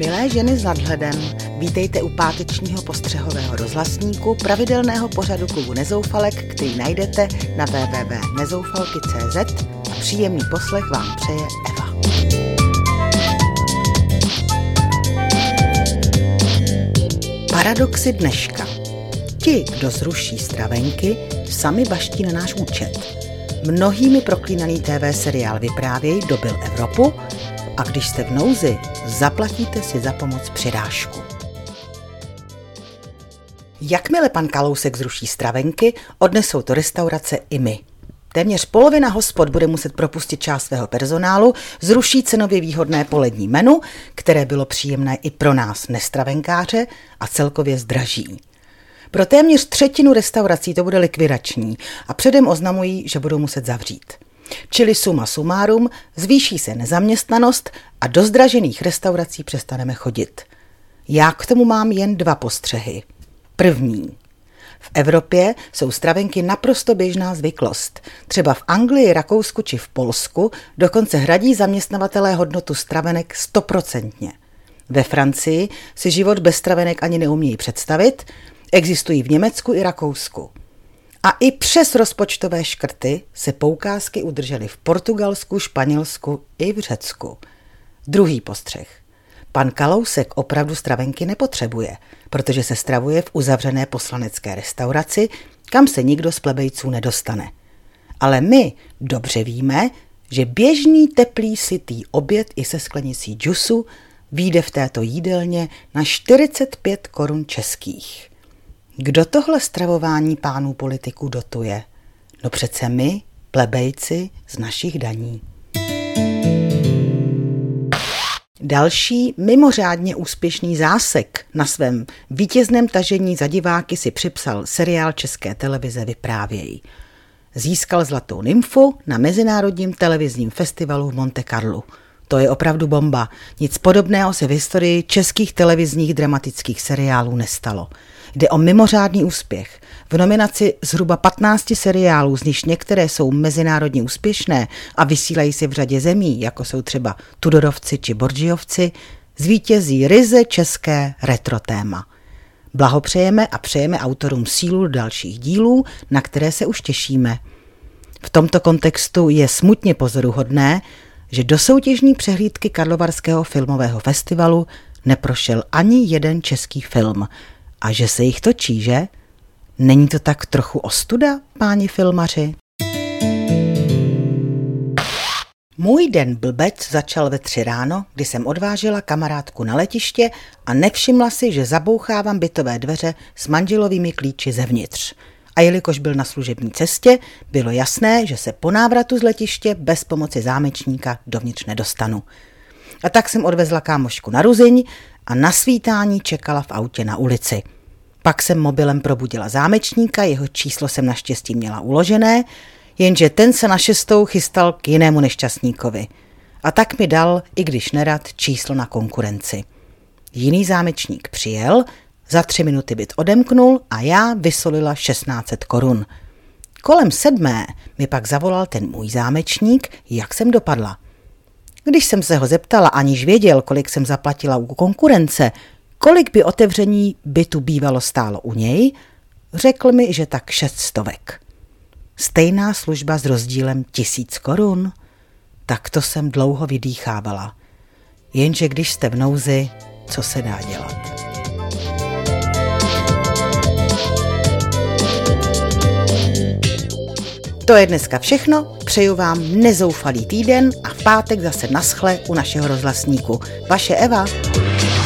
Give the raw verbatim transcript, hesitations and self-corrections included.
Milé ženy s nadhledem, vítejte u pátečního postřehového rozhlasníku pravidelného pořadu klubu Nezoufalek, který najdete na w w w tečka nezoufalky tečka c z a příjemný poslech vám přeje Eva. Paradoxy dneška. Ti, kdo zruší stravenky, sami baští na náš účet. Mnohými proklínaný T V seriál Vyprávěj dobil Evropu a když jste v nouzi, zaplatíte si za pomoc přirážku. Jakmile pan Kalousek zruší stravenky, odnesou to restaurace i my. Téměř polovina hospod bude muset propustit část svého personálu, zruší cenově výhodné polední menu, které bylo příjemné i pro nás nestravenkáře a celkově zdraží. Pro téměř třetinu restaurací to bude likvidační a předem oznamují, že budou muset zavřít. Čili suma sumárum, zvýší se nezaměstnanost a do zdražených restaurací přestaneme chodit. Já k tomu mám jen dva postřehy. První. V Evropě jsou stravenky naprosto běžná zvyklost. Třeba v Anglii, Rakousku či v Polsku dokonce hradí zaměstnavatelé hodnotu stravenek stoprocentně. Ve Francii si život bez stravenek ani neumějí představit, existují v Německu i Rakousku. A i přes rozpočtové škrty se poukázky udržely v Portugalsku, Španělsku i v Řecku. Druhý postřeh. Pan Kalousek opravdu stravenky nepotřebuje, protože se stravuje v uzavřené poslanecké restauraci, kam se nikdo z plebejců nedostane. Ale my dobře víme, že běžný teplý sytý oběd i se sklenicí džusu vyjde v této jídelně na čtyřicet pět korun českých. Kdo tohle stravování pánů politiků dotuje? No přece my, plebejci z našich daní. Další mimořádně úspěšný zásek na svém vítězném tažení za diváky si připsal seriál České televize Vyprávěj. Získal zlatou nymfu na Mezinárodním televizním festivalu v Monte Carlu. To je opravdu bomba. Nic podobného se v historii českých televizních dramatických seriálů nestalo. Jde o mimořádný úspěch. V nominaci zhruba patnácti seriálů, z nichž některé jsou mezinárodně úspěšné a vysílají se v řadě zemí, jako jsou třeba Tudorovci či Borgiovci, zvítězí ryze české retro téma. Blahopřejeme a přejeme autorům sílu dalších dílů, na které se už těšíme. V tomto kontextu je smutně pozoruhodné, že do soutěžní přehlídky Karlovarského filmového festivalu neprošel ani jeden český film. A že se jich točí, že? Není to tak trochu ostuda, páni filmaři? Můj den blbec začal ve tři ráno, kdy jsem odvážela kamarádku na letiště a nevšimla si, že zabouchávám bytové dveře s manželovými klíči zevnitř. A jelikož byl na služební cestě, bylo jasné, že se po návratu z letiště bez pomoci zámečníka dovnitř nedostanu. A tak jsem odvezla kámošku na Ruzyň a na svítání čekala v autě na ulici. Pak jsem mobilem probudila zámečníka, jeho číslo jsem naštěstí měla uložené, jenže ten se na šestou chystal k jinému nešťastníkovi. A tak mi dal, i když nerad, číslo na konkurenci. Jiný zámečník přijel, za tři minuty byt odemknul a já vysolila šestnáct set korun. Kolem sedmé mi pak zavolal ten můj zámečník, jak jsem dopadla. Když jsem se ho zeptala, aniž věděl, kolik jsem zaplatila u konkurence, kolik by otevření bytu bývalo stálo u něj, řekl mi, že tak šest stovek. Stejná služba s rozdílem tisíc korun? Tak to jsem dlouho vydýchávala. Jenže když jste v nouzi, co se dá dělat? To je dneska všechno, přeju vám nezoufalý týden a v pátek zase naschle u našeho rozhlasníku. Vaše Eva.